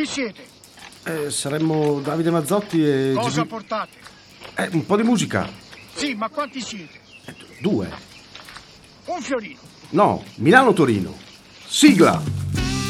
siete? Saremmo Davide Mazzotti e... Cosa portate? Un po' di musica. Sì, ma quanti siete? 2. Un fiorino. No, Milano-Torino. Sigla!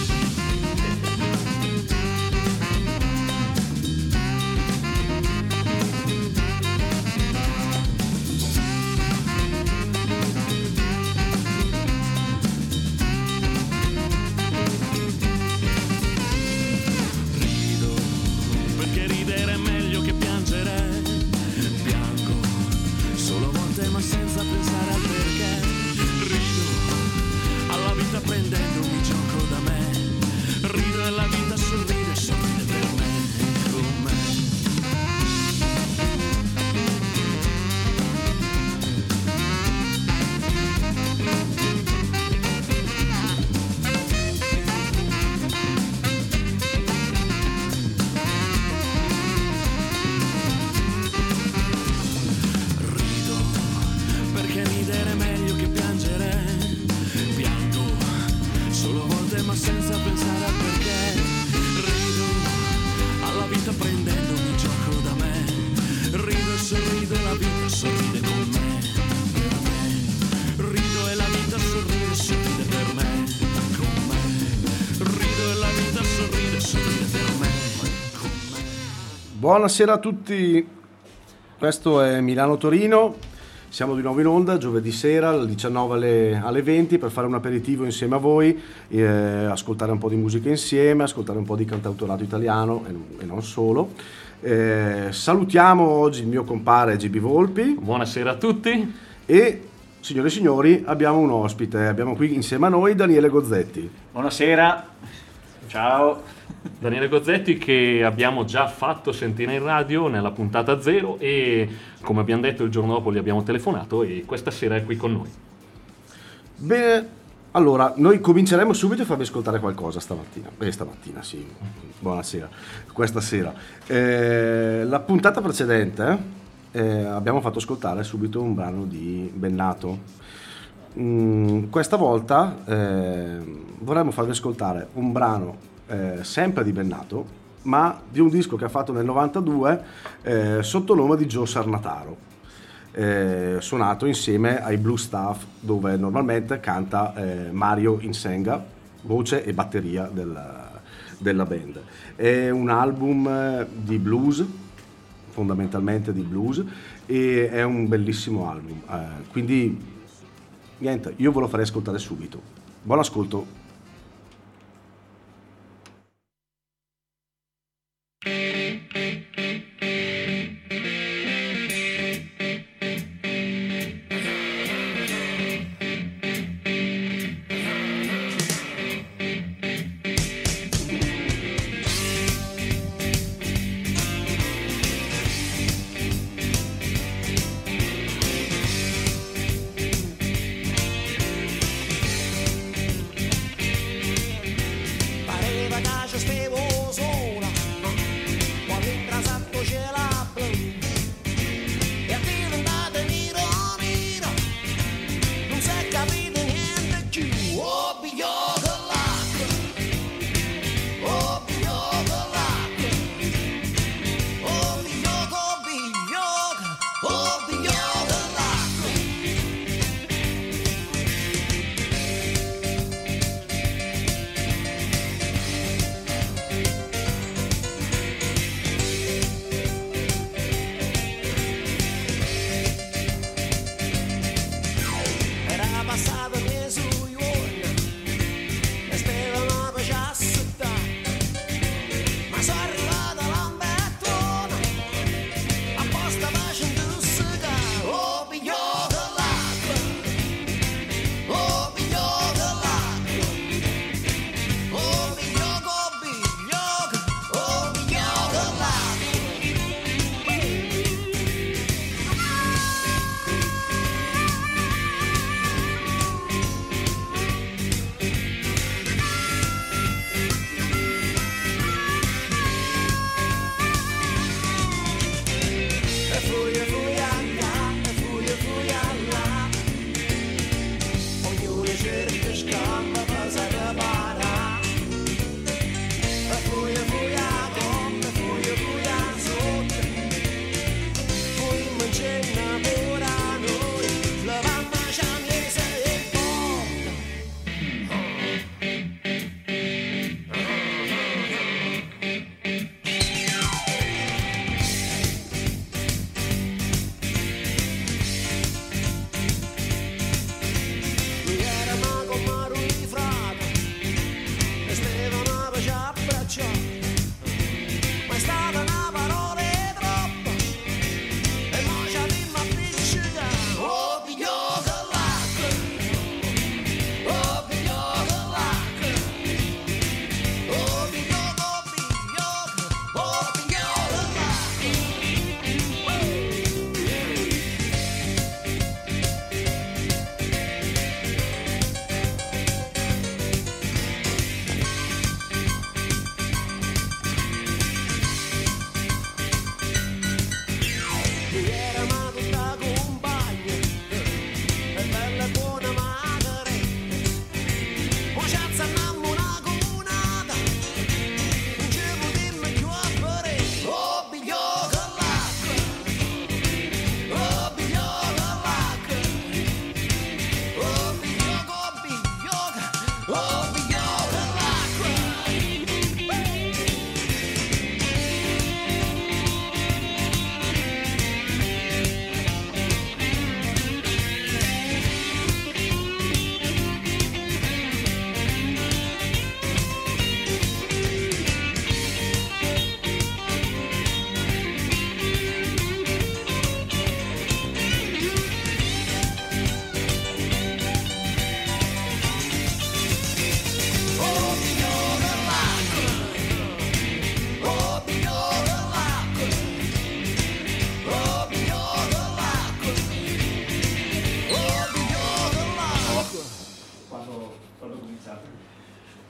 Buonasera a tutti, questo è Milano-Torino, siamo di nuovo in onda giovedì sera alle 19 alle 20 per fare un aperitivo insieme a voi, ascoltare un po' di musica insieme, ascoltare un po' di cantautorato italiano e non solo. Salutiamo oggi il mio compare GB Volpi. Buonasera a tutti. E signore e signori abbiamo un ospite, abbiamo qui insieme a noi Daniele Gozzetti. Buonasera, ciao. Daniele Gozzetti, che abbiamo già fatto sentire in radio nella puntata 0 e come abbiamo detto il giorno dopo gli abbiamo telefonato e questa sera è qui con noi. Bene, allora noi cominceremo subito a farvi ascoltare qualcosa stamattina sì, buonasera, questa sera. La puntata precedente abbiamo fatto ascoltare subito un brano di Bennato. Questa volta vorremmo farvi ascoltare un brano sempre di Bennato, ma di un disco che ha fatto nel 92 sotto nome di Joe Sarnataro, suonato insieme ai Blue Staff, dove normalmente canta Mario Insenga, voce e batteria della band. È un album di blues, fondamentalmente di blues, e è un bellissimo album, quindi niente, io ve lo farei ascoltare subito. Buon ascolto.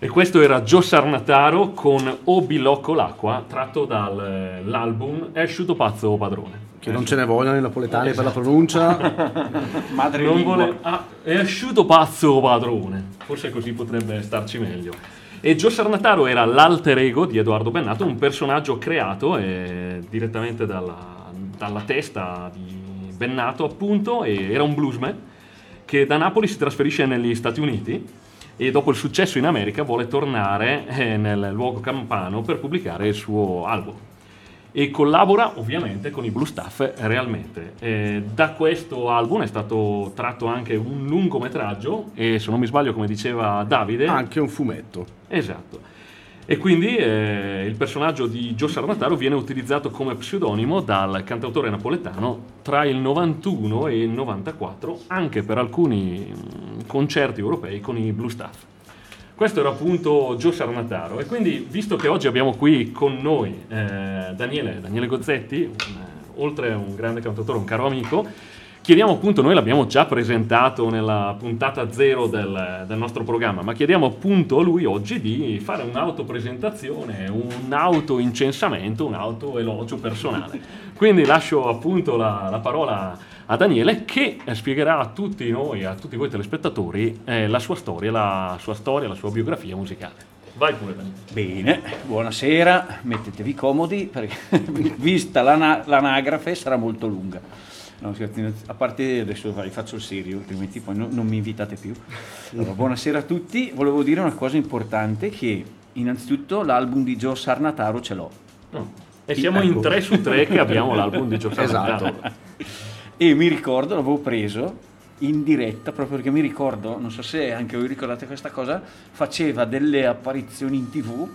E questo era Joe Sarnataro con O Bilocco l'acqua, tratto dall'album È asciutto pazzo o padrone. Che non ce ne vogliono i napoletani per la pronuncia. Madrelingua. È asciutto pazzo o padrone. Forse così potrebbe starci meglio. E Joe Sarnataro era l'alter ego di Edoardo Bennato, un personaggio creato direttamente dalla testa di Bennato, appunto, e era un bluesman che da Napoli si trasferisce negli Stati Uniti e dopo il successo in America vuole tornare nel luogo campano per pubblicare il suo album. E collabora ovviamente con i Blue Staff realmente. Da questo album è stato tratto anche un lungometraggio e, se non mi sbaglio, come diceva Davide, Anche un fumetto. esatto. E quindi il personaggio di Joe Sarnataro viene utilizzato come pseudonimo dal cantautore napoletano tra il 91 e il 94, anche per alcuni concerti europei con i Blue Staff. Questo era appunto Joe Sarnataro, e quindi, visto che oggi abbiamo qui con noi Daniele Gozzetti, oltre a un grande cantautore, un caro amico, chiediamo appunto, noi l'abbiamo già presentato nella puntata 0 del nostro programma, ma chiediamo appunto a lui oggi di fare un'autopresentazione, un autoincensamento, un autoelogio personale. Quindi lascio appunto la parola a Daniele, che spiegherà a tutti noi, a tutti voi telespettatori, la sua storia, la sua biografia musicale. Vai pure, Daniele. Bene, buonasera, mettetevi comodi perché vista l'anagrafe sarà molto lunga. No, a parte adesso faccio il serio, altrimenti poi non mi invitate più. Allora, buonasera a tutti, volevo dire una cosa importante, che innanzitutto l'album di Joe Sarnataro ce l'ho. E siamo in 3 su 3 che abbiamo l'album di Joe Sarnataro. Esatto. E mi ricordo, l'avevo preso in diretta, proprio perché mi ricordo, non so se anche voi ricordate questa cosa, faceva delle apparizioni in TV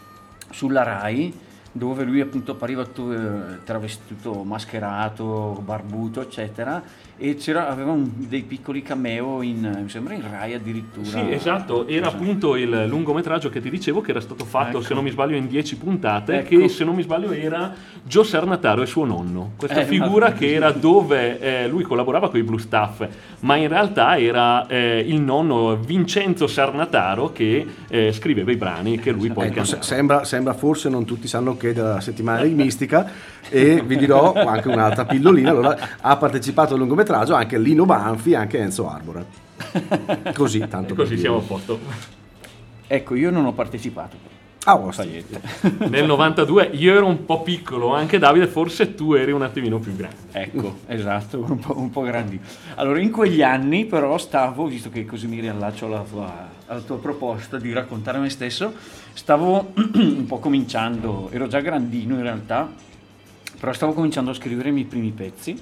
sulla Rai, dove lui appunto appariva travestito, mascherato, barbuto, eccetera, e aveva dei piccoli cameo mi sembra in Rai addirittura. Sì, esatto, era appunto il lungometraggio che ti dicevo, che era stato fatto, se non mi sbaglio, in 10 puntate, che se non mi sbaglio era Joe Sarnataro e suo nonno, questa figura che era dove lui collaborava con i Blue Staff, ma in realtà era il nonno Vincenzo Sarnataro che scriveva i brani che lui poi cantava. Sembra forse non tutti sanno che della settimana di Mistica, e vi dirò anche un'altra pillolina. Allora, ha partecipato al lungometraggio anche Lino Banfi, anche Enzo Arbora. Così, tanto così siamo a posto. Ecco, io non ho partecipato. Nel 92 io ero un po' piccolo, anche Davide, forse tu eri un attimino più grande. Ecco, esatto, un po' grandi. Allora, in quegli anni però visto che così mi riallaccio alla tua proposta di raccontare me stesso, stavo un po' cominciando, ero già grandino in realtà, però stavo cominciando a scrivere i miei primi pezzi,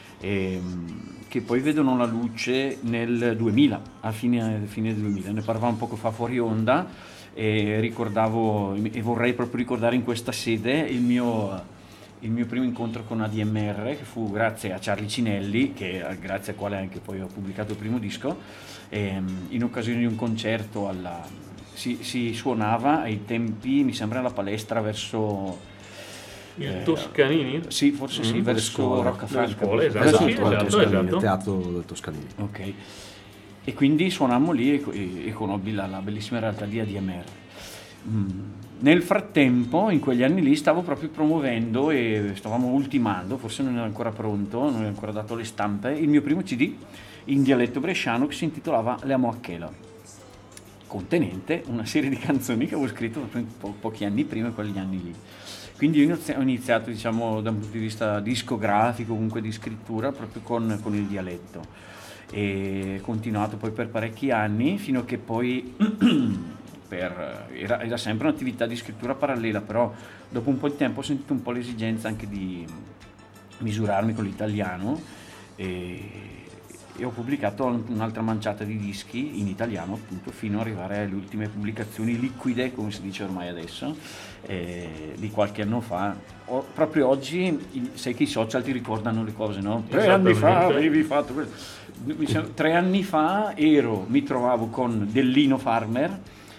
che poi vedono la luce nel 2000, a fine del 2000. Ne parlavamo poco fa fuori onda, e ricordavo, e vorrei proprio ricordare in questa sede il mio primo incontro con ADMR, che fu grazie a Charlie Cinelli, grazie al quale anche poi ho pubblicato il primo disco, in occasione di un concerto si suonava ai tempi, mi sembra, alla palestra verso il Toscanini? Sì, forse sì, verso Roccafranca. Esatto, il teatro del Toscanini. Ok. E quindi suonammo lì e conobbi la bellissima realtà di ADMR. Nel frattempo, in quegli anni lì, stavo proprio promuovendo e stavamo ultimando, forse non era ancora pronto, non era ancora dato le stampe, il mio primo CD in dialetto bresciano che si intitolava Le amo a Chela, contenente una serie di canzoni che avevo scritto proprio pochi anni prima, in quegli anni lì. Quindi io ho iniziato, diciamo, da un punto di vista discografico, comunque di scrittura, proprio con il dialetto. E continuato poi per parecchi anni, fino a che poi era sempre un'attività di scrittura parallela, però dopo un po' di tempo ho sentito un po' l'esigenza anche di misurarmi con l'italiano e ho pubblicato un'altra manciata di dischi in italiano, appunto, fino ad arrivare alle ultime pubblicazioni liquide, come si dice ormai adesso, di qualche anno fa. Proprio oggi, sai che i social ti ricordano le cose, no? 3 anni fa avevi fatto questo. 3 anni fa mi trovavo con Dellino Farmer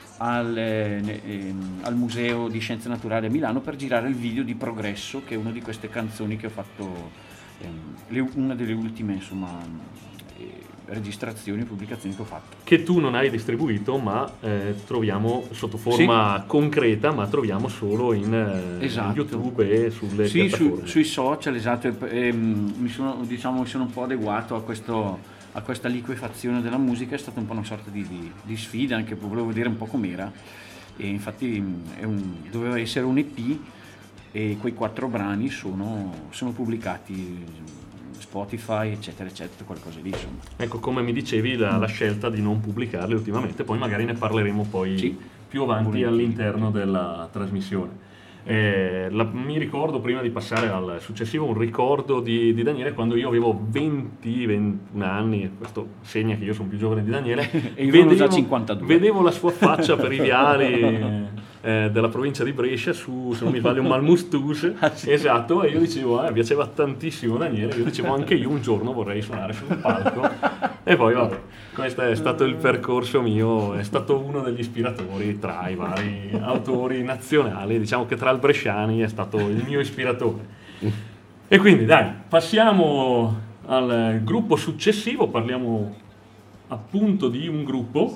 al Museo di Scienze Naturali a Milano per girare il video di Progresso, che è una di queste canzoni che ho fatto, una delle ultime, insomma, registrazioni e pubblicazioni che ho fatto. Che tu non hai distribuito, ma troviamo sotto forma concreta, ma troviamo solo in Esatto. YouTube e sulle piattaforme. Sui social, esatto. Mi sono un po' adeguato a questa liquefazione della musica. È stata un po' una sorta di sfida, anche volevo vedere un po' com'era, e infatti doveva essere un EP, e quei 4 brani sono pubblicati Spotify, eccetera eccetera, qualcosa lì, insomma. Ecco, come mi dicevi, la scelta di non pubblicarli ultimamente, poi magari ne parleremo poi più avanti all'interno della trasmissione. Mi ricordo, prima di passare al successivo, un ricordo di Daniele quando io avevo 20-21 anni, questo segna che io sono più giovane di Daniele, e io avevo già 52. Vedevo la sua faccia per i viali della provincia di Brescia, su, se non mi sbaglio, un Malmustus, esatto, e io dicevo, piaceva tantissimo Daniele, io dicevo anche io un giorno vorrei suonare sul palco, e poi vabbè, questo è stato il percorso mio, è stato uno degli ispiratori tra i vari autori nazionali, diciamo che tra il bresciani è stato il mio ispiratore. E quindi dai, passiamo al gruppo successivo, parliamo appunto di un gruppo.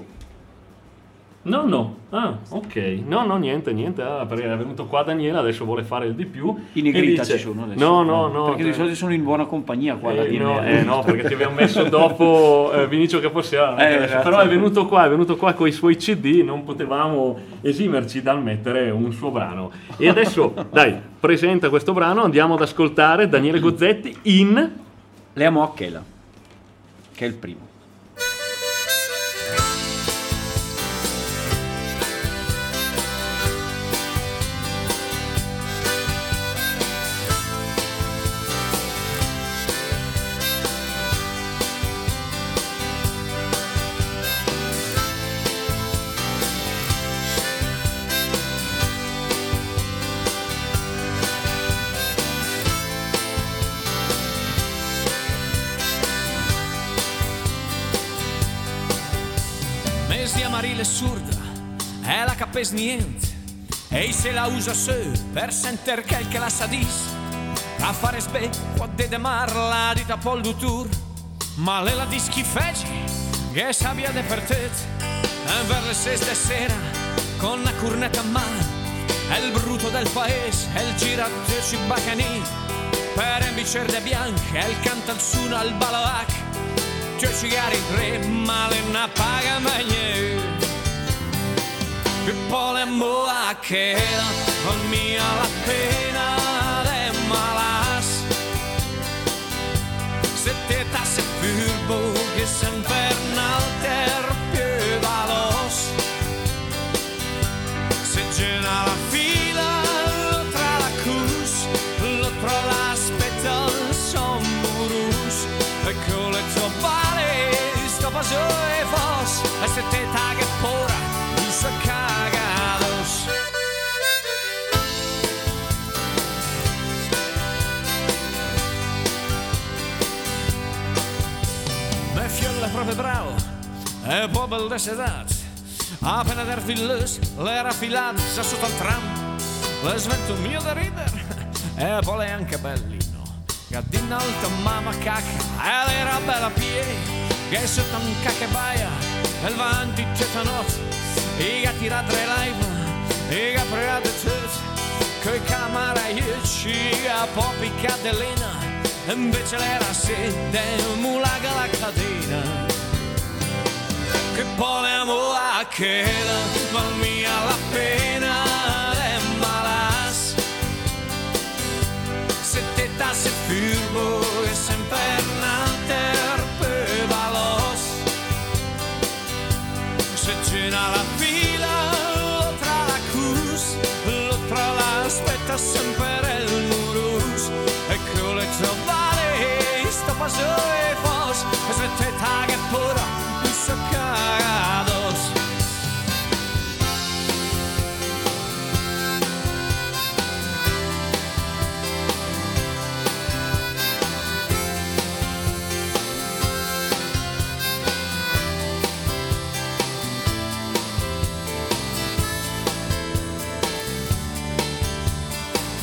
No, niente, perché è venuto qua Daniele, adesso vuole fare il di più. I negrita ci sono adesso. No. Perché di solito sono in buona compagnia qua da no, perché ti abbiamo messo dopo Vinicio Capossela, esatto. Però è venuto qua con i suoi CD, non potevamo esimerci dal mettere un suo brano. E adesso, dai, presenta questo brano, andiamo ad ascoltare Daniele Gozzetti in Le amo a Chela, che è il primo. Marile surda è la capes niente e se la usa se per senter quel che la sa dis a fare sbe può dedemar di tapol dutur ma le la dischi feci che sabbia de per te ver le seste sera con la cornetta a mano è il bruto del paese è il girateci bacani per un bicchiere bianche è il canta al suono al balac Cio cigari tre male na paga magne che polemo a che con mia la pena de malas se te tasse furbo che s'inferna alter più valos se gena la fila lo tra la cruz lo tra l'aspetta son burus e con le trovare sto paso e vos e se te taghe pora usa cagados me fiolla proprio bravo e bobel de sedat appena der villes l'era filata sa sotto al tram le svento mio da rider e poi anche bellino Gaddina alta mamma cacca ed era bella pie che sotto un cacca baia e il vanti tutta notte i gatti radre live i capriate tutti coi camaraiucci a popi cadelina invece l'era sede mulaga la catena che volemo a che val mia la pena de malas se te tasse furbo e sempre nater pe valos se cena la fila lo tra la cruz lo tra l'aspetta sempre il murus e con le trovare sto paso e fos e se te taghe pura so cagados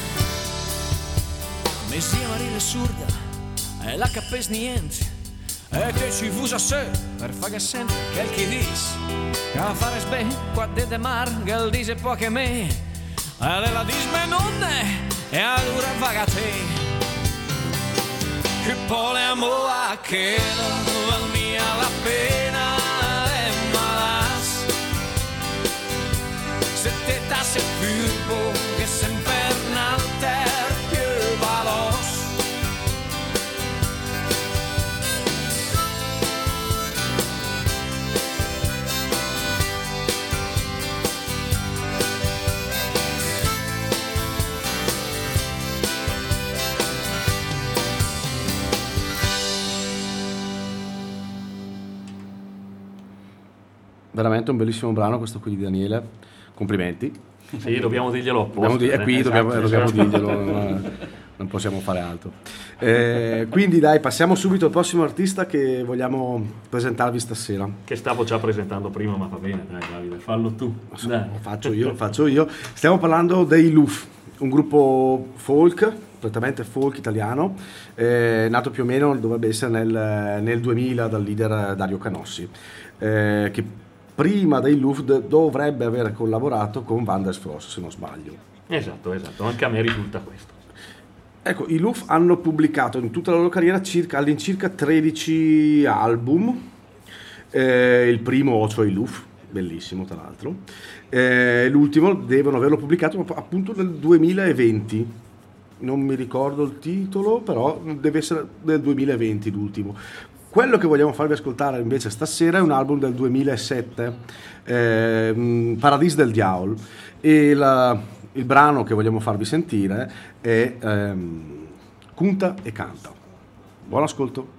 Messia Marile surda e la capes niente e che ci vusa se per fare sempre quel che dis che a fare sbe qua de mar che dice poche me e la disme nonne e allora vaga te che volemo a che non valmia la pena e malas se te tasse più che sempre nalter più valos. Veramente un bellissimo brano questo qui di Daniele, complimenti. Sì, dobbiamo dirglielo apposta. Qui dobbiamo dirglielo, non possiamo fare altro. Quindi dai, passiamo subito al prossimo artista che vogliamo presentarvi stasera. Che stavo già presentando prima, ma va bene, dai Davide, fallo tu. Dai. Lo faccio io. Stiamo parlando dei Luf, un gruppo folk, prettamente folk italiano, nato più o meno, dovrebbe essere nel 2000 dal leader Dario Canossi, che prima dei Luft dovrebbe aver collaborato con Van der Frost, se non sbaglio. Esatto, anche a me risulta questo. Ecco, i Luft hanno pubblicato in tutta la loro carriera all'incirca 13 album, il primo, cioè i Luft, bellissimo tra l'altro, l'ultimo devono averlo pubblicato appunto nel 2020, non mi ricordo il titolo, però deve essere nel 2020 l'ultimo. Quello che vogliamo farvi ascoltare invece stasera è un album del 2007, Paradis del Diavolo, e il brano che vogliamo farvi sentire è Cunta e Canta. Buon ascolto.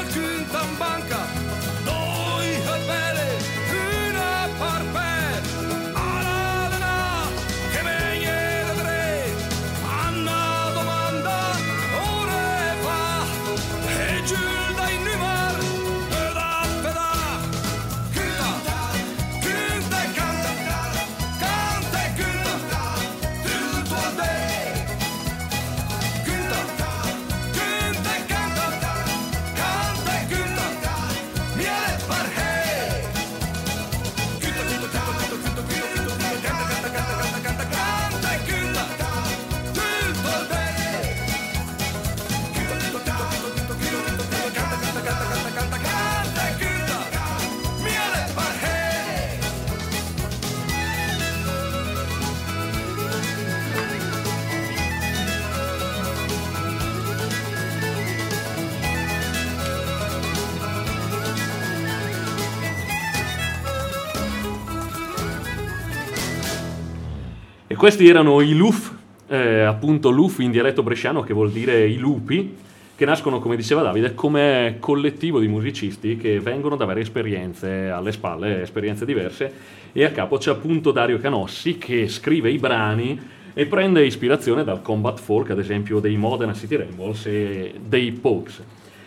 kynta banka, doi höpele, una parpe, alalena, che meglio tre, anna domanda, ore fa, e giù dai numar, peda, peda, kynta e canta, canta e kynta, tutto a te. Kynta e canta, canta e kynta, miele per he. Kynta, canta e kynta, tutto a te. Canta e kynta, miele per he. E questi erano i Luf, appunto Luf in dialetto bresciano, che vuol dire i lupi, che nascono, come diceva Davide, come collettivo di musicisti che vengono da varie esperienze alle spalle, esperienze diverse, e a capo c'è appunto Dario Canossi che scrive i brani e prende ispirazione dal combat folk, ad esempio dei Modena City Rambles e dei Pogues.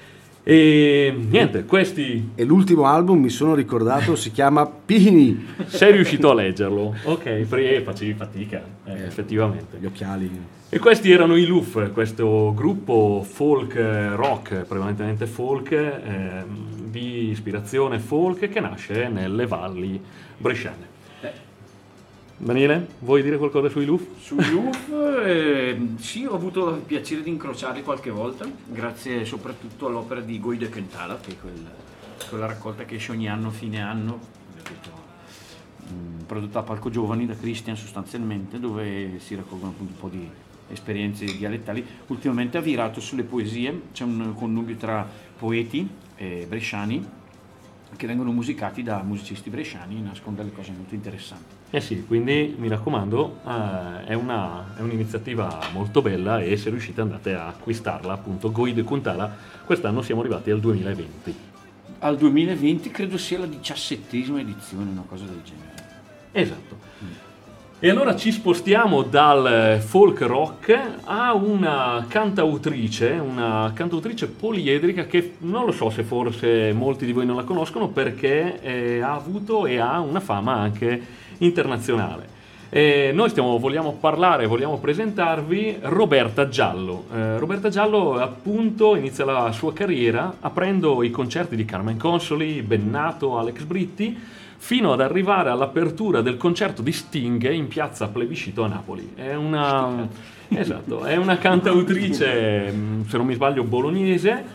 E niente, questi... E l'ultimo album, mi sono ricordato, si chiama Pini. Sei riuscito a leggerlo? Ok, facevi fatica, effettivamente. Gli occhiali. E questi erano i Luf, questo gruppo folk rock, prevalentemente folk, di ispirazione folk, che nasce nelle valli bresciane. Daniele, vuoi dire qualcosa sui Luf? Sui Luf, sì, ho avuto il piacere di incrociarli qualche volta, grazie soprattutto all'opera di Goi de Kentala, che è quella raccolta che esce ogni anno, fine anno, prodotta a Palco Giovani da Christian sostanzialmente, dove si raccolgono appunto un po' di esperienze dialettali. Ultimamente ha virato sulle poesie, c'è un connubio tra poeti bresciani che vengono musicati da musicisti bresciani, nascono delle cose molto interessanti. Eh sì, quindi mi raccomando, è un'iniziativa molto bella, e se riuscite andate a acquistarla, appunto, Goi de Kentala. Quest'anno siamo arrivati al 2020. Al 2020 credo sia la 17ª edizione, una cosa del genere. Esatto. E allora ci spostiamo dal folk rock a una cantautrice poliedrica che non lo so se forse molti di voi non la conoscono, perché ha avuto e ha una fama anche internazionale. Noi vogliamo presentarvi Roberta Giallo. Roberta Giallo appunto inizia la sua carriera aprendo i concerti di Carmen Consoli, Bennato, Alex Britti, fino ad arrivare all'apertura del concerto di Sting in piazza Plebiscito a Napoli. È una cantautrice, se non mi sbaglio, bolognese,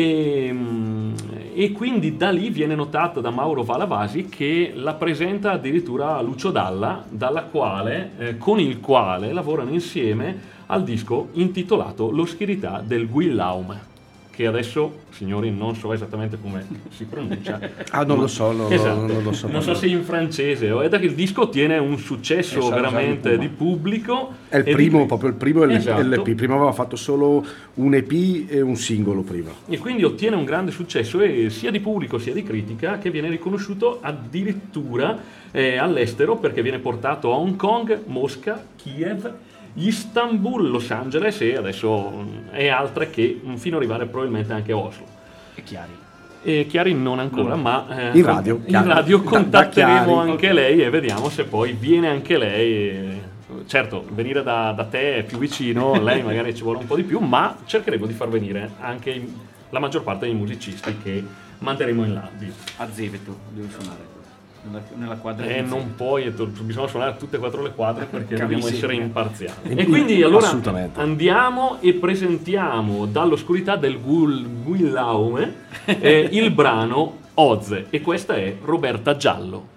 e quindi da lì viene notata da Mauro Valavasi, che la presenta addirittura a Lucio Dalla, con il quale lavorano insieme al disco intitolato L'oscurità del Guillaum, che adesso, signori, non so esattamente come si pronuncia. Non lo so, Esatto. non lo so. Non so se in francese o è da che il disco ottiene un successo veramente di pubblico. È il primo, proprio il primo Esatto. LP. Prima aveva fatto solo un EP e un singolo prima. E quindi ottiene un grande successo, e sia di pubblico sia di critica, che viene riconosciuto addirittura all'estero, perché viene portato a Hong Kong, Mosca, Kiev, Istanbul, Los Angeles e altre, che fino ad arrivare probabilmente anche a Oslo. E Chiari non ancora, ma in radio contatteremo anche lei e vediamo se poi viene anche lei. Certo, venire da te è più vicino, lei magari ci vuole un po' di più, ma cercheremo di far venire anche la maggior parte dei musicisti che manderemo in live. a Zeveto devo suonare nella quadra Non puoi, bisogna suonare tutte e quattro le quadre, perché dobbiamo Capisci. essere imparziali. E quindi allora Assolutamente. andiamo e presentiamo dall'oscurità del Guillaume il brano Oz, e questa è Roberta Giallo.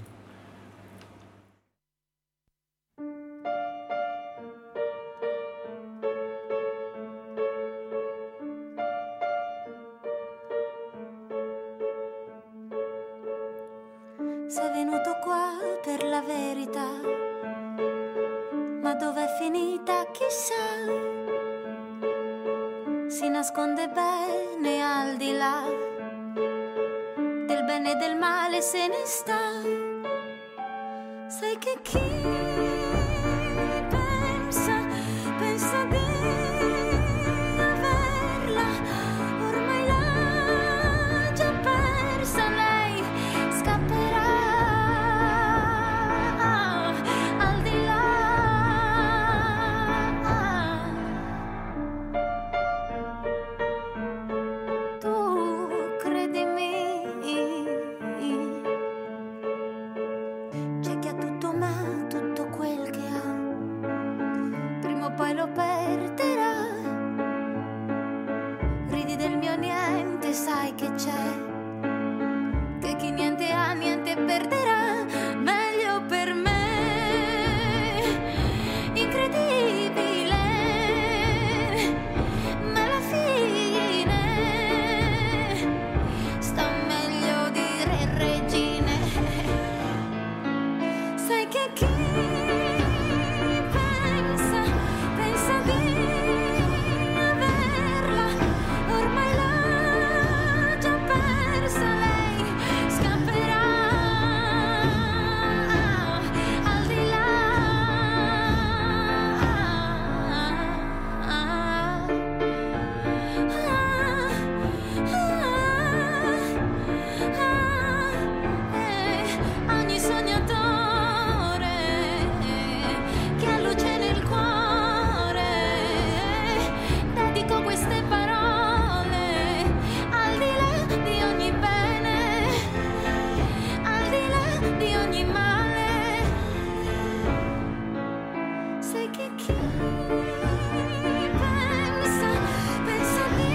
Sei venuto qua per la verità, ma dov'è finita chissà. Si nasconde bene al di là del bene e del male se ne sta. Sai che chi pensa di averla, ormai l'ha già persa, lei scapperà al di là. Tu credimi, c'è chi ha tutto ma tutto quel che ha prima o poi lo perderà. Ridi del mio niente, sai che c'è, che chi niente ha niente perderà. Meglio per me, incredibile, ma alla fine sta meglio dire regine. Sai che chi pensa di averla, ormai l'ha già persa, lei scapperà al di là. Ogni sognatore che ha luce nel cuore, dedico queste parole al di là di ogni bene, al di là di ogni male. Sai che chi pensa di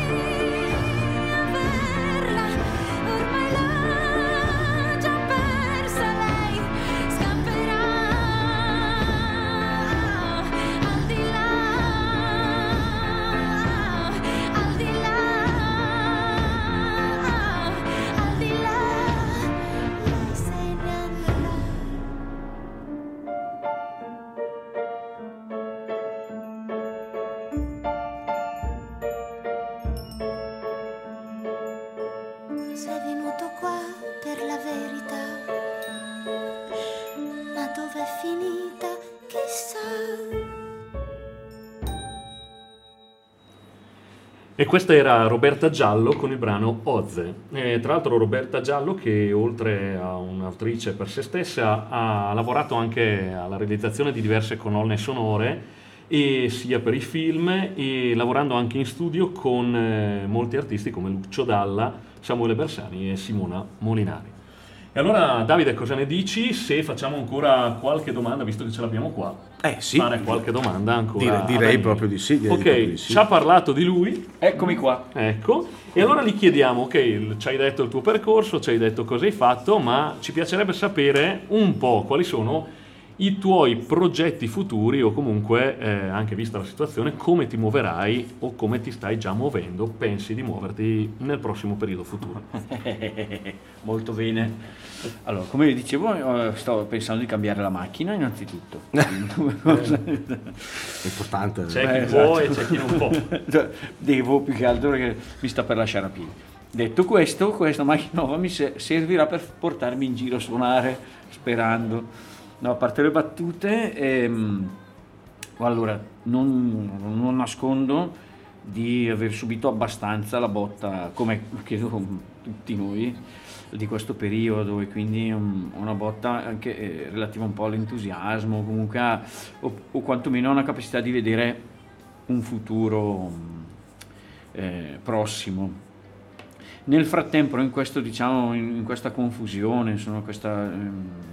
averla, ormai l'ha già persa, lei scapperà al di là, al di là, al di là, lei se ne andrà. Sei venuto qua per la verità, ma dov'è finita chissà. E questa era Roberta Giallo con il brano Ozze. E tra l'altro Roberta Giallo, che oltre a un'autrice per se stessa ha lavorato anche alla realizzazione di diverse colonne sonore, e sia per i film, e lavorando anche in studio con molti artisti come Lucio Dalla, Samuele Bersani e Simona Molinari. E allora Davide, cosa ne dici se facciamo ancora qualche domanda, visto che ce l'abbiamo qua? Sì. Fare qualche domanda ancora. Direi proprio di sì. Ok, ci ha parlato di lui. Eccomi qua. Ecco, e allora gli chiediamo, ok, ci hai detto il tuo percorso, ci hai detto cosa hai fatto, ma ci piacerebbe sapere un po' quali sono i tuoi progetti futuri, o comunque, anche vista la situazione, come ti muoverai o come ti stai già muovendo, pensi di muoverti nel prossimo periodo futuro. Molto bene. Allora, come dicevo, stavo pensando di cambiare la macchina innanzitutto. È importante. C'è chi può e c'è chi non può. Devo, più che altro, perché mi sta per lasciare a piedi. Detto questo, questa macchina nuova mi servirà per portarmi in giro a suonare, sperando. No, a parte le battute, allora, non nascondo di aver subito abbastanza la botta, come credo tutti noi, di questo periodo, e quindi una botta anche relativa un po' all'entusiasmo, comunque o quantomeno a una capacità di vedere un futuro prossimo. Nel frattempo, in questo, diciamo, in questa confusione, insomma, questa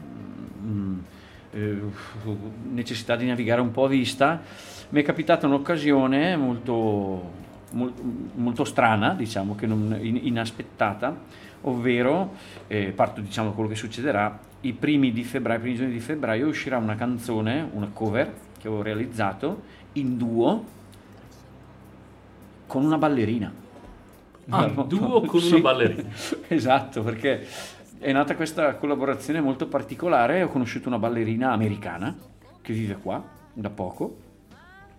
necessità di navigare un po' a vista, mi è capitata un'occasione molto strana, diciamo, che inaspettata, ovvero parto, diciamo, da quello che succederà. I primi giorni di febbraio uscirà una canzone, una cover che avevo realizzato in duo con una ballerina. In duo con una ballerina. Esatto, perché è nata questa collaborazione molto particolare. Ho conosciuto una ballerina americana che vive qua da poco,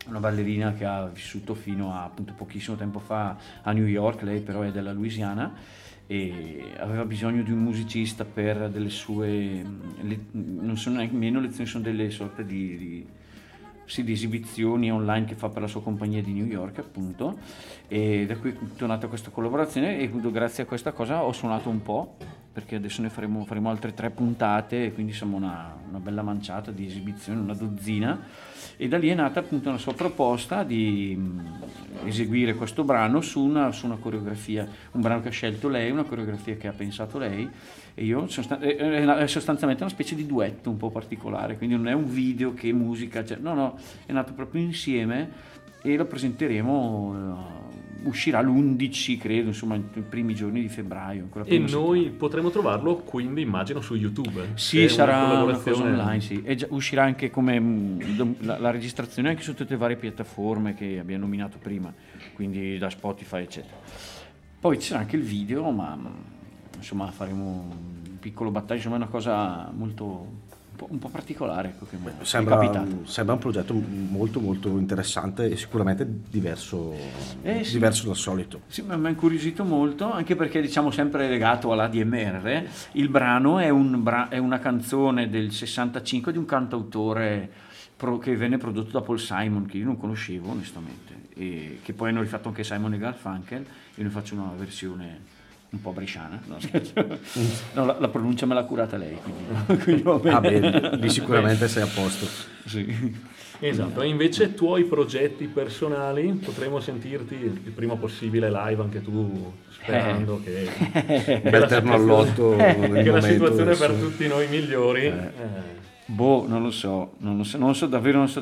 una ballerina che ha vissuto fino a appunto pochissimo tempo fa a New York, lei però è della Louisiana e aveva bisogno di un musicista per delle sue, non sono nemmeno lezioni, sono delle sorte di esibizioni online che fa per la sua compagnia di New York appunto, e da qui è nata questa collaborazione e appunto grazie a questa cosa ho suonato un po', perché adesso ne faremo altre 3 puntate e quindi siamo una bella manciata di esibizioni, una dozzina, e da lì è nata appunto una sua proposta di eseguire questo brano su una coreografia, un brano che ha scelto lei, una coreografia che ha pensato lei, e io è sostanzialmente una specie di duetto un po' particolare, quindi non è un video che musica, cioè, no, è nato proprio insieme e lo presenteremo, uscirà l'11 credo, insomma i primi giorni di febbraio. E noi potremo trovarlo quindi immagino su YouTube. Sì, sarà una cosa online, sì. E uscirà anche come la registrazione anche su tutte le varie piattaforme che abbiamo nominato prima, quindi da Spotify eccetera. Poi c'era anche il video, ma insomma faremo un piccolo battaglio, insomma è una cosa molto un po' particolare, ecco, che sembra un progetto molto molto interessante e sicuramente diverso dal solito. Sì, mi ha incuriosito molto, anche perché diciamo sempre legato all'ADMR. Il brano è una canzone del 65 di un cantautore che venne prodotto da Paul Simon, che io non conoscevo onestamente, e che poi hanno rifatto anche Simon e Garfunkel. Io ne faccio una versione un po' bresciana, no, la pronuncia me l'ha curata lei, quindi va bene. Lì sicuramente sei a posto. Sì. Esatto, e invece tuoi progetti personali potremo sentirti il prima possibile live anche tu, sperando che bel terno all'otto che la situazione per tutti noi migliori. Boh, non lo so, davvero non so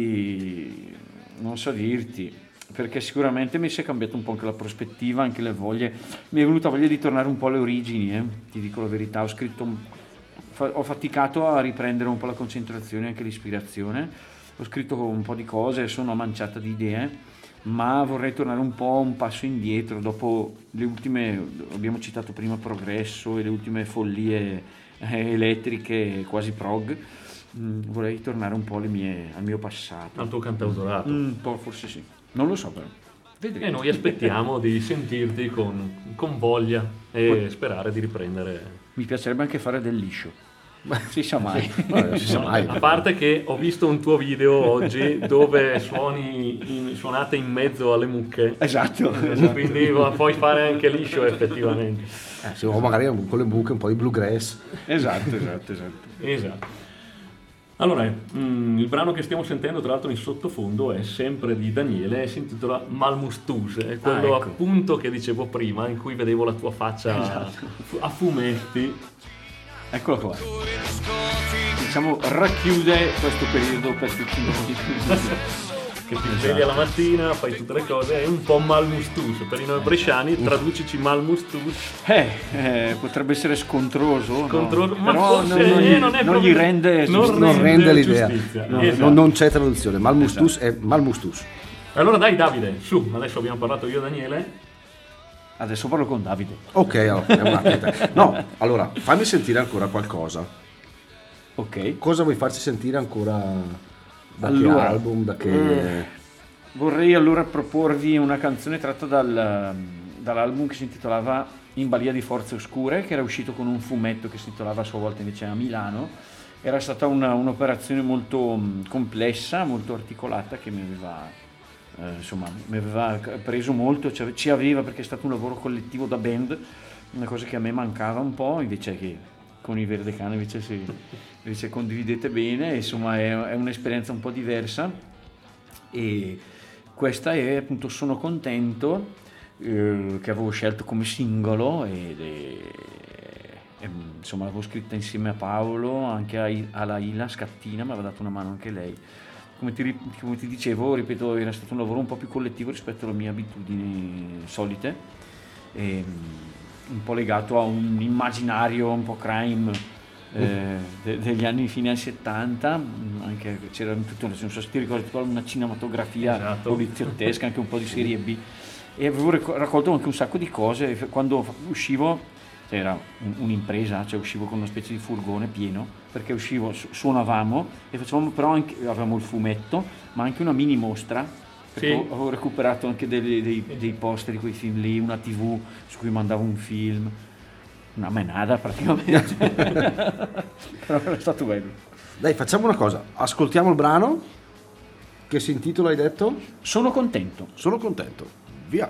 dirti, perché sicuramente mi si è cambiato un po' anche la prospettiva, anche le voglie. Mi è venuta voglia di tornare un po' alle origini, ti dico la verità. Ho faticato a riprendere un po' la concentrazione e anche l'ispirazione. Ho scritto un po' di cose, sono manciata di idee, ma vorrei tornare un po' un passo indietro dopo le ultime, abbiamo citato prima Progresso e le ultime follie elettriche quasi prog. Vorrei tornare un po' al mio passato, al tuo cantautorato. Un po', forse sì, non lo so però. Vedremo. E noi aspettiamo di sentirti con voglia e sperare di riprendere. Mi piacerebbe anche fare del liscio. Si sa mai. A parte che ho visto un tuo video oggi dove suonate in mezzo alle mucche. Esatto. Quindi puoi fare anche liscio effettivamente. O magari con le mucche un po' di bluegrass. Esatto. Allora, il brano che stiamo sentendo tra l'altro in sottofondo è sempre di Daniele e si intitola Malmustus, è quello ecco. appunto che dicevo prima, in cui vedevo la tua faccia a fumetti. Eccolo qua. Diciamo racchiude questo periodo per tutti noi. Che ti svegli alla mattina, fai tutte le cose, è un po' Malmustus. Per i noi bresciani, traducici Malmustus. Potrebbe essere scontroso, no? Ma però forse non gli rende l'idea. Esatto. Non c'è traduzione. Malmustus è Malmustus. Allora dai Davide, su, adesso abbiamo parlato io e Daniele. Adesso parlo con Davide. Ok, allora, no, allora fammi sentire ancora qualcosa. Ok. Cosa vuoi farci sentire ancora? Da allora, che album? Da che... Vorrei allora proporvi una canzone tratta dall'album che si intitolava In balia di forze oscure, che era uscito con un fumetto che si intitolava a sua volta invece a Milano. Era stata un'operazione molto complessa, molto articolata, che mi aveva preso molto, ci aveva, perché è stato un lavoro collettivo da band, una cosa che a me mancava un po', invece che con i Verdecane invece condividete bene, insomma è un'esperienza un po' diversa, e questa è appunto Sono contento, che avevo scelto come singolo e insomma l'avevo scritta insieme a Paolo, anche alla Ila Scattina mi aveva dato una mano anche lei. Come ti dicevo, ripeto, era stato un lavoro un po' più collettivo rispetto alle mie abitudini solite, e un po' legato a un immaginario un po' crime degli anni fine anni 70, anche c'era tutto, non so se ti ricordi, una cinematografia poliziottesca, anche un po' di serie B, e avevo raccolto anche un sacco di cose. Quando uscivo era un'impresa, cioè uscivo con una specie di furgone pieno, perché uscivo, suonavamo e facevamo, però anche, avevamo il fumetto, ma anche una mini mostra, perché Sì. ho recuperato anche dei poster di quei film lì, una TV su cui mandavo un film, una menada praticamente, però è stato bello. Dai, facciamo una cosa, ascoltiamo il brano che si intitola, hai detto? Sono contento. Sono contento. Via.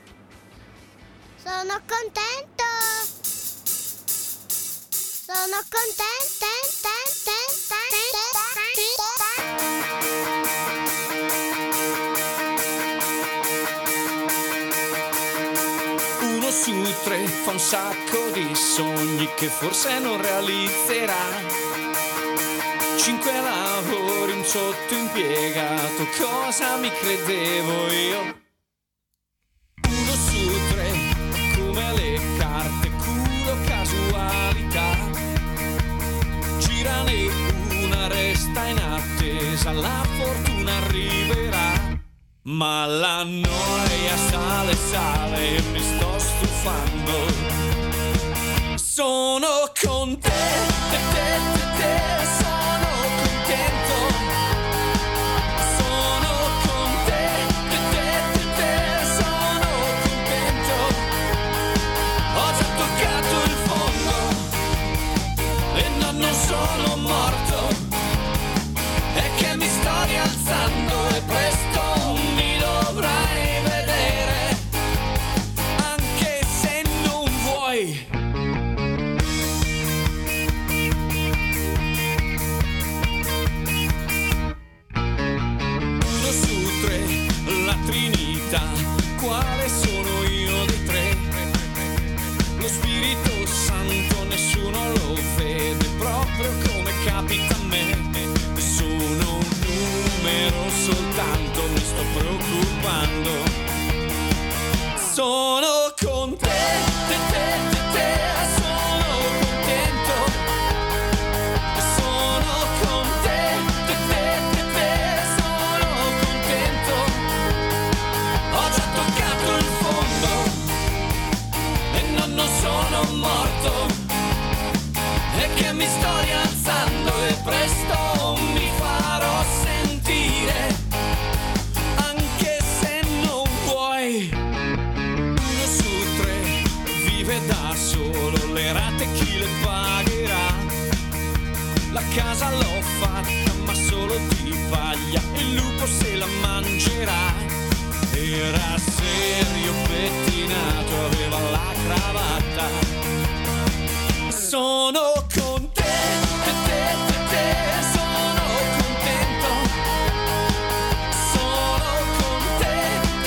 Sono contento. Sono contenta. Uno su tre fa un sacco di sogni che forse non realizzerà. 5 lavori, un sottoimpiegato, cosa mi credevo io? Uno su tre, come le carte, culo casualità. Girane una, resta in attesa, la fortuna arriverà. Ma la noia sale e mi sto stufando. Sono con te, sono contento. Sono con te, sono contento. Ho già toccato il fondo e non sono morto. E che mi sto rialzando e presto mi dovrai vedere, anche se non vuoi. Uno su tre, la Trinità, quale sono io dei tre? Lo Spirito Santo nessuno lo vede, proprio come capita a me. Sono un numero soltanto, mi sto preoccupando. Sono con te, sono contento. Sono con te, sono contento. Ho già toccato il fondo e non sono morto. E che mi sto rialzando e presto mi farò sentire, anche se non vuoi. Uno su tre vive da solo, le rate chi le pagherà? La casa l'ho fatta ma solo di paglia, il lupo se la mangerà. Era serio, pettinato, aveva la cravatta. Sono con te, sono contento. Sono con te,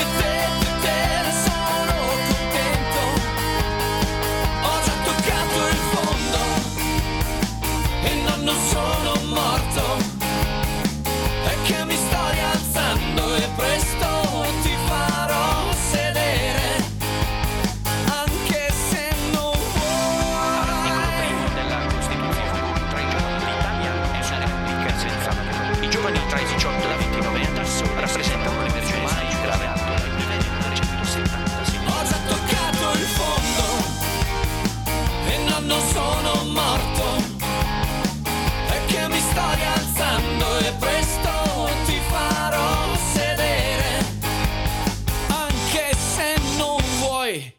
sono contento. Ho già toccato il fondo e non sono morto. E che mi sto rialzando e presto ti farò sedere, anche se non Articolo primo della Costituzione. Tra i giovani l'Italia è una repubblica senza matrimoni. I giovani tra i 18 e i 29 anni rappresentano l'emergenza più grave atto dal 1976. ho già toccato il fondo e non sono morto. E che mi sto rialzando e presto ti farò sedere, anche se non vuoi.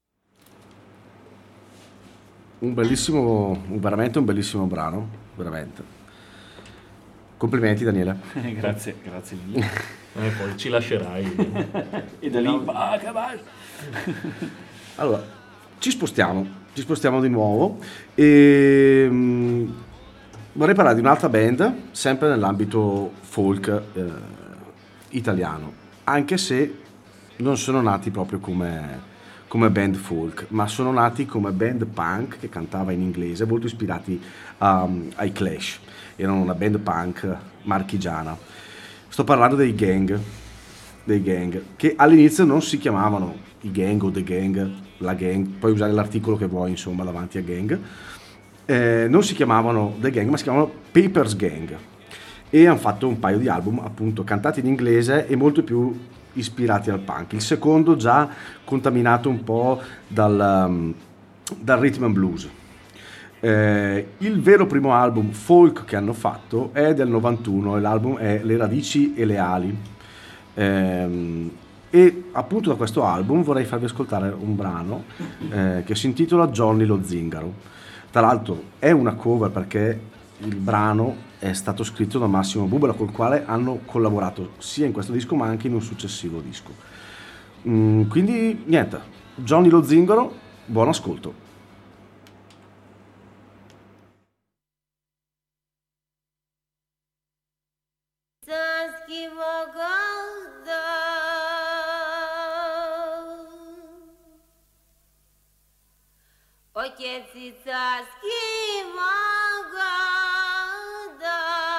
Veramente un bellissimo brano, veramente. Complimenti Daniele. Grazie mille. Poi ci lascerai. E da lì, che vai. Allora, ci spostiamo di nuovo e vorrei parlare di un'altra band, sempre nell'ambito folk italiano, anche se non sono nati proprio come band folk, ma sono nati come band punk che cantava in inglese, molto ispirati ai Clash. Erano una band punk marchigiana. Sto parlando dei Gang, che all'inizio non si chiamavano i Gang o The Gang, la Gang, puoi usare l'articolo che vuoi insomma davanti a Gang, non si chiamavano The Gang ma si chiamavano Papers Gang, e hanno fatto un paio di album appunto cantati in inglese e molto più ispirati al punk. Il secondo già contaminato un po' dal rhythm and blues. Il vero primo album folk che hanno fatto è del 91 e l'album è Le radici e le ali. E appunto da questo album vorrei farvi ascoltare un brano che si intitola Johnny lo Zingaro. Tra l'altro è una cover perché il brano è stato scritto da Massimo Bubola, col quale hanno collaborato sia in questo disco ma anche in un successivo disco. Quindi niente, Johnny lo Zingaro, buon ascolto. Otec i carski Magada,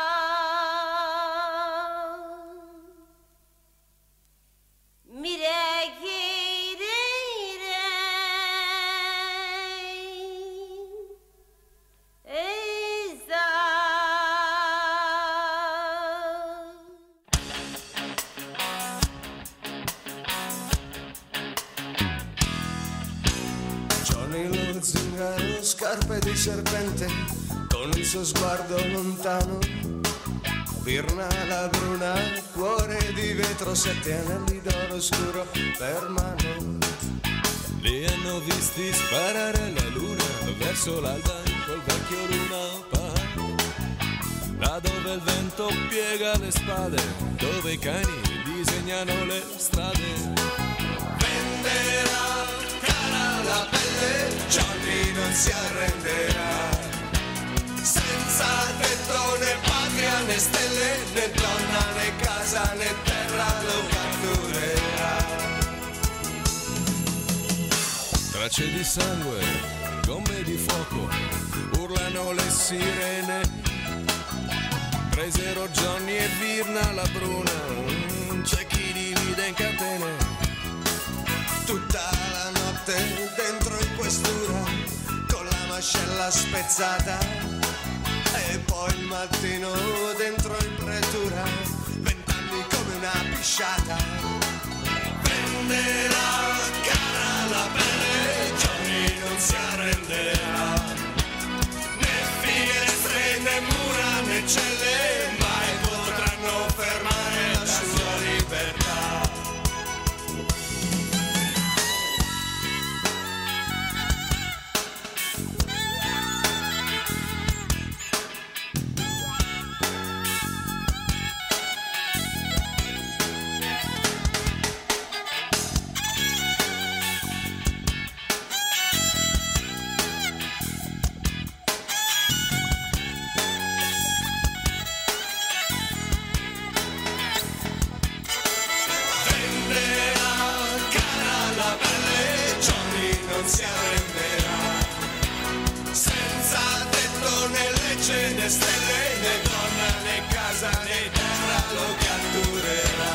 scarpe di serpente con il suo sguardo lontano, Virna la bruna, cuore di vetro, 7 anelli d'oro scuro per mano. Li hanno visti sparare la luna verso l'alba col vecchio Luna Park, là dove il vento piega le spade, dove i cani disegnano le strade. Venderà cara la pelle, Johnny non si arrenderà. Senza tetto né patria né stelle, né donna né casa né terra lo catturerà. Tracce di sangue, gombe di fuoco, urlano le sirene. Presero Johnny e Virna la bruna, c'è chi divide in catene. Tutta la notte dentro in questura, con la mascella spezzata, e poi il mattino dentro in pretura, 20 anni come una pisciata. Prenderà cara la pelle, Johnny non si arrenderà. Né finestre né mura né celle mai potranno fermare la sua libertà. Né stelle, né donna, né casa, né terra lo catturerà.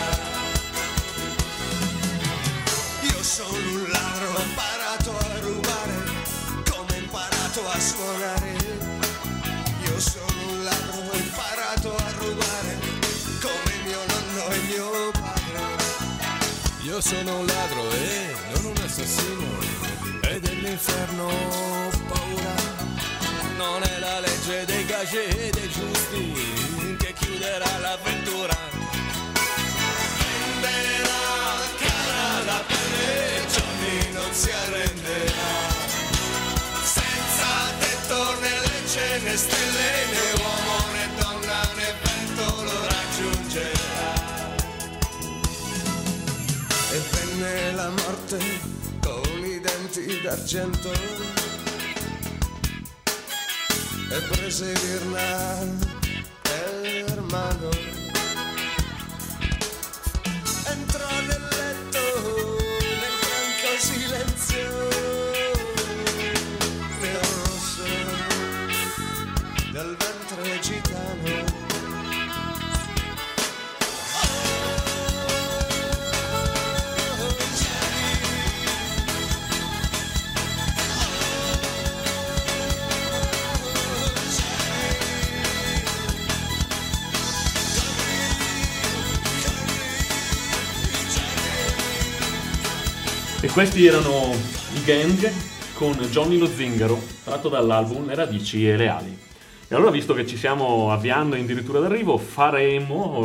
Io sono un ladro, ho imparato a rubare, come ho imparato a suonare. Io sono un ladro, ho imparato a rubare, come mio nonno e mio padre. Io sono un ladro e non un assassino, e dell'inferno ho paura. Non è la legge dei gage e dei giusti che chiuderà l'avventura. Venderà cara la pelle, Johnny non si arrenderà. Senza tetto né legge né stelle, né uomo né donna né vento lo raggiungerà. E venne la morte con i denti d'argento e prese Virna per mano, entrò nel letto nel franco silenzio nel rosso del ventre gitano. E questi erano i Gang con Johnny lo Zingaro, tratto dall'album Le radici e le ali. E allora, visto che ci stiamo avviando addirittura d'arrivo, farei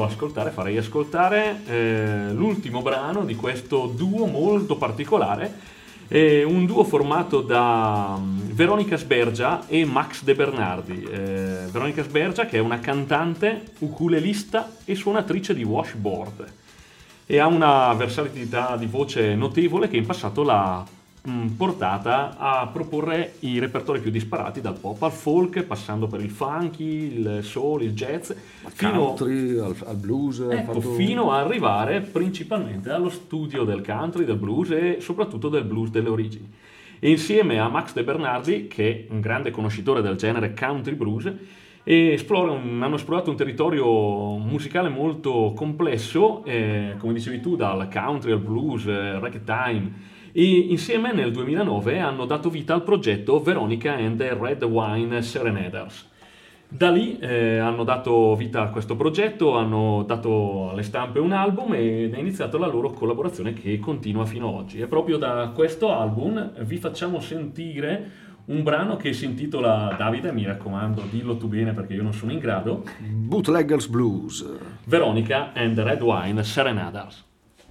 ascoltare l'ultimo brano di questo duo molto particolare, un duo formato da Veronica Sbergia e Max De Bernardi. Veronica Sbergia, che è una cantante, ukulelista e suonatrice di washboard, e ha una versatilità di voce notevole che in passato l'ha portata a proporre i repertori più disparati, dal pop al folk, passando per il funky, il soul, il jazz, country, al blues, fino a arrivare principalmente allo studio del country, del blues e soprattutto del blues delle origini. E insieme a Max De Bernardi, che è un grande conoscitore del genere country blues, hanno esplorato un territorio musicale molto complesso, come dicevi tu, dal country al blues, ragtime, e insieme nel 2009 hanno dato vita al progetto Veronica and the Red Wine Serenaders. Da lì hanno dato vita a questo progetto, hanno dato alle stampe un album ed è iniziata la loro collaborazione che continua fino ad oggi. E proprio da questo album vi facciamo sentire un brano che si intitola, Davide, mi raccomando, dillo tu bene perché io non sono in grado, Bootleggers Blues, Veronica and the Red Wine Serenaders.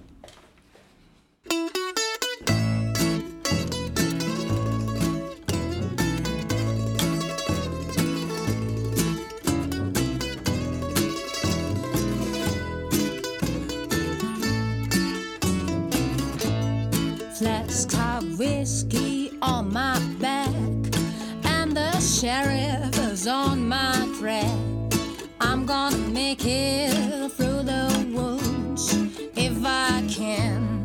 Flask of whiskey on my back, and the sheriff is on my track. I'm gonna make it through the woods if I can.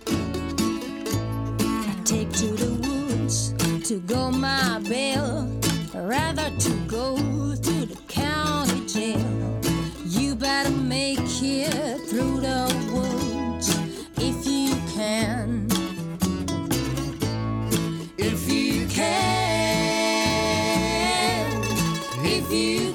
I take to the woods to go my bail, rather to go to the county jail. You better make it through the woods if you can. If you can, if you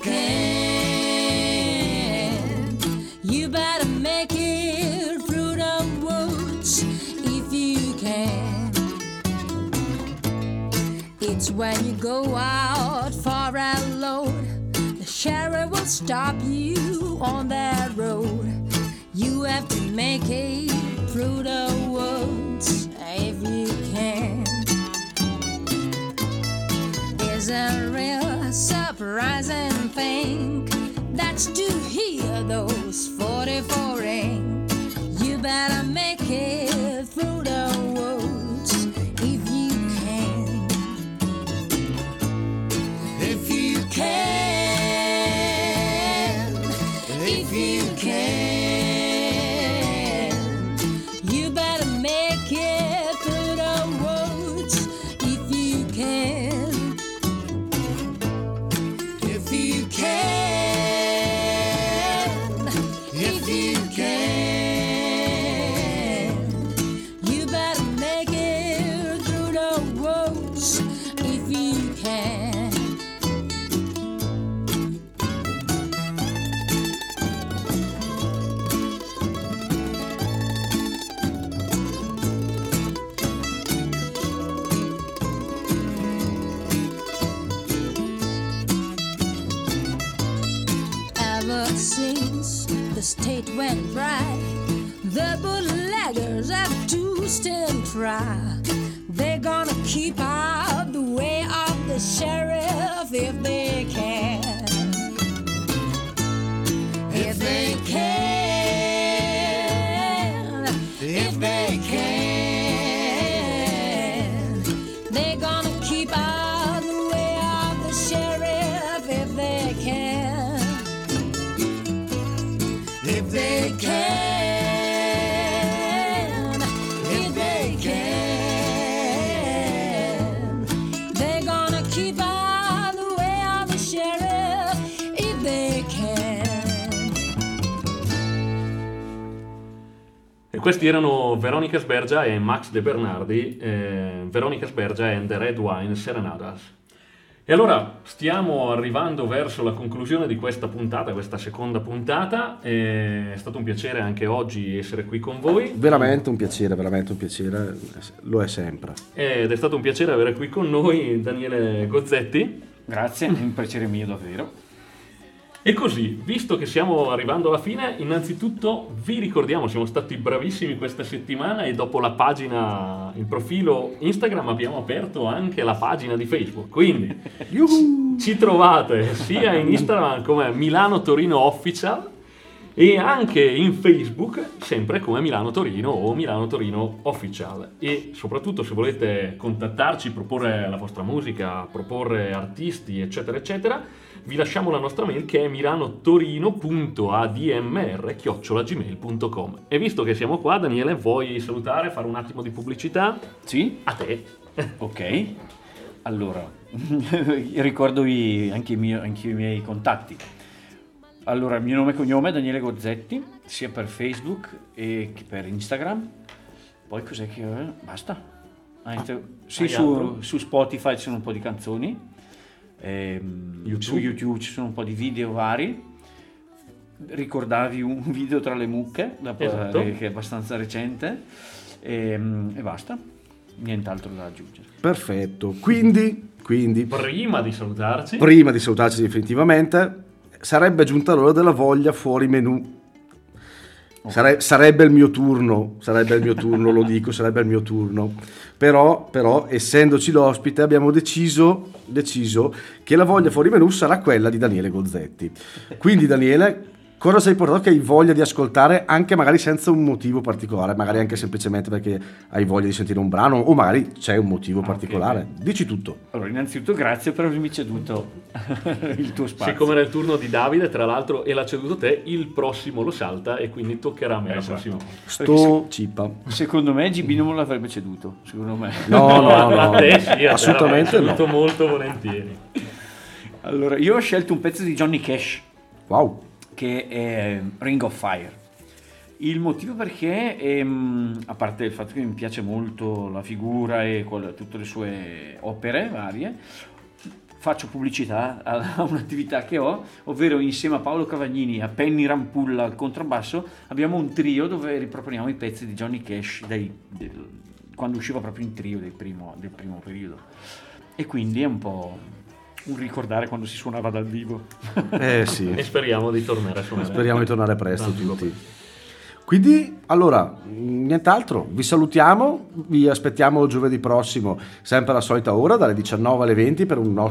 can, you better make it through the woods if you can. It's when you go out for a load, the sheriff will stop you on that road. You have to make it through the woods if you can. It's a real surprising thing that's to hear those 44 ring. You better make it through the woods if you can. If you can, if you can, you better make it through the woods if you can. If you can, if you can, you better make it through the woods if you can. Ever since the state went dry, the bootleggers have to stand trial. They're gonna keep out the way of the sheriff if they can. If they can, if they can, they're gonna keep out the way of the sheriff if they can. If they can, if they can, they're gonna keep out the way of the sheriff if they can. E questi erano Veronica Sbergia e Max De Bernardi, Veronica Sbergia and the Red Wine Serenaders. E allora stiamo arrivando verso la conclusione di questa puntata, questa seconda puntata. È stato un piacere anche oggi essere qui con voi. Veramente un piacere, lo è sempre. Ed è stato un piacere avere qui con noi Daniele Gozzetti. Grazie, è un piacere mio davvero. E così, visto che stiamo arrivando alla fine, innanzitutto vi ricordiamo, siamo stati bravissimi questa settimana e dopo la pagina, il profilo Instagram, abbiamo aperto anche la pagina di Facebook, quindi ci trovate sia in Instagram come Milano Torino Official e anche in Facebook sempre come Milano Torino o Milano Torino Official. E soprattutto se volete contattarci, proporre la vostra musica, proporre artisti eccetera eccetera, vi lasciamo la nostra mail che è milanotorino.admr@gmail.com. E visto che siamo qua, Daniele, vuoi salutare, fare un attimo di pubblicità? Sì? A te. Ok, allora ricordo anche i miei contatti. Allora, il mio nome e cognome è Daniele Gozzetti, sia per Facebook che per Instagram. Poi cos'è che basta? Sì, su Spotify ci sono un po' di canzoni. Su YouTube ci sono un po' di video vari. Ricordavi un video tra le mucche esatto, che è abbastanza recente e basta, nient'altro da aggiungere. Perfetto, quindi prima di salutarci definitivamente sarebbe giunta l'ora della voglia fuori menù. Sarebbe il mio turno, lo dico, sarebbe il mio turno. Però essendoci l'ospite abbiamo deciso che la voglia fuori menù sarà quella di Daniele Gozzetti. Quindi Daniele, cosa sei portato che hai voglia di ascoltare, anche magari senza un motivo particolare, magari anche semplicemente perché hai voglia di sentire un brano o magari c'è un motivo particolare? Okay. Dici tutto. Allora, innanzitutto grazie per avermi ceduto il tuo spazio. Siccome era il turno di Davide, tra l'altro, e l'ha ceduto te, il prossimo lo salta e quindi toccherà a me la prossima volta. Cipa. Secondo me GB non l'avrebbe ceduto, secondo me. No. A te sì, assolutamente no. Molto volentieri. Allora, io ho scelto un pezzo di Johnny Cash. Wow. Che è Ring of Fire. Il motivo perché, a parte il fatto che mi piace molto la figura e tutte le sue opere varie, faccio pubblicità a un'attività che ho, ovvero insieme a Paolo Cavagnini, a Penny Rampulla al contrabbasso, abbiamo un trio dove riproponiamo i pezzi di Johnny Cash quando usciva proprio in trio del primo periodo. E quindi è un po' un ricordare quando si suonava dal vivo. Sì. E speriamo di tornare a suonare. Speriamo di tornare presto tutti. Quindi, allora, nient'altro, vi salutiamo, vi aspettiamo giovedì prossimo, sempre alla solita ora, dalle 19 alle 20, per una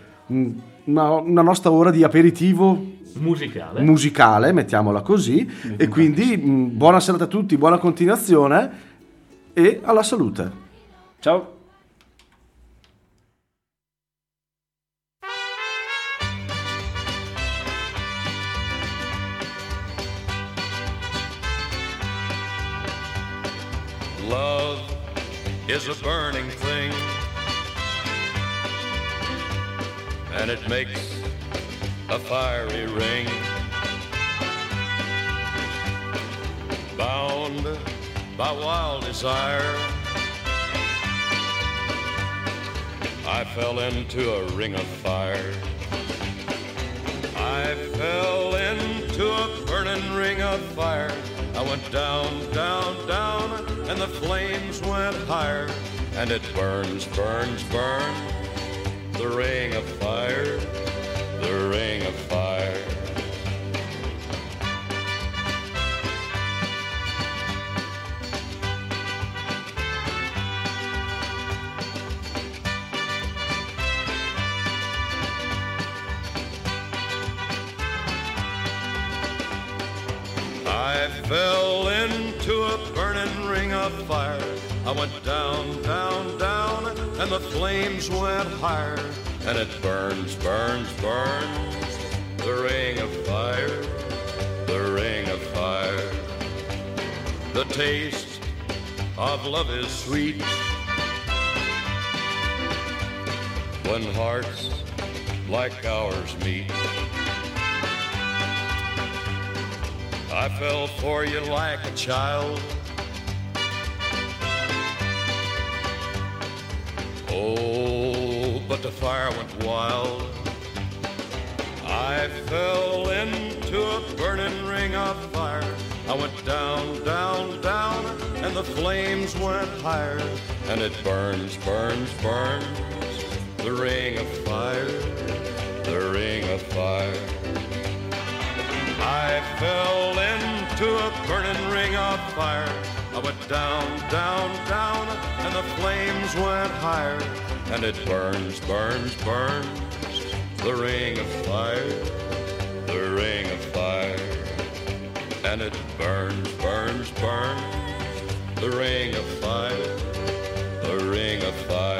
nostra ora di aperitivo musicale, mettiamola così. E quindi buona serata a tutti, buona continuazione e alla salute. Ciao. Love is a burning thing, and it makes a fiery ring. Bound by wild desire, I fell into a ring of fire. I fell into a burning ring of fire. I went down, down, down, and the flames went higher. And it burns, burns, burns, the ring of fire, the ring of fire. I fell into a burning ring of fire. I went down, down, down, and the flames went higher. And it burns, burns, burns, the ring of fire, the ring of fire. The taste of love is sweet when hearts like ours meet. I fell for you like a child. Oh, but the fire went wild. I fell into a burning ring of fire. I went down, down, down, and the flames went higher. And it burns, burns, burns, the ring of fire, the ring of fire. I fell into a burning ring of fire. I went down, down, down, and the flames went higher. And it burns, burns, burns, the ring of fire, the ring of fire. And it burns, burns, burns, the ring of fire, the ring of fire.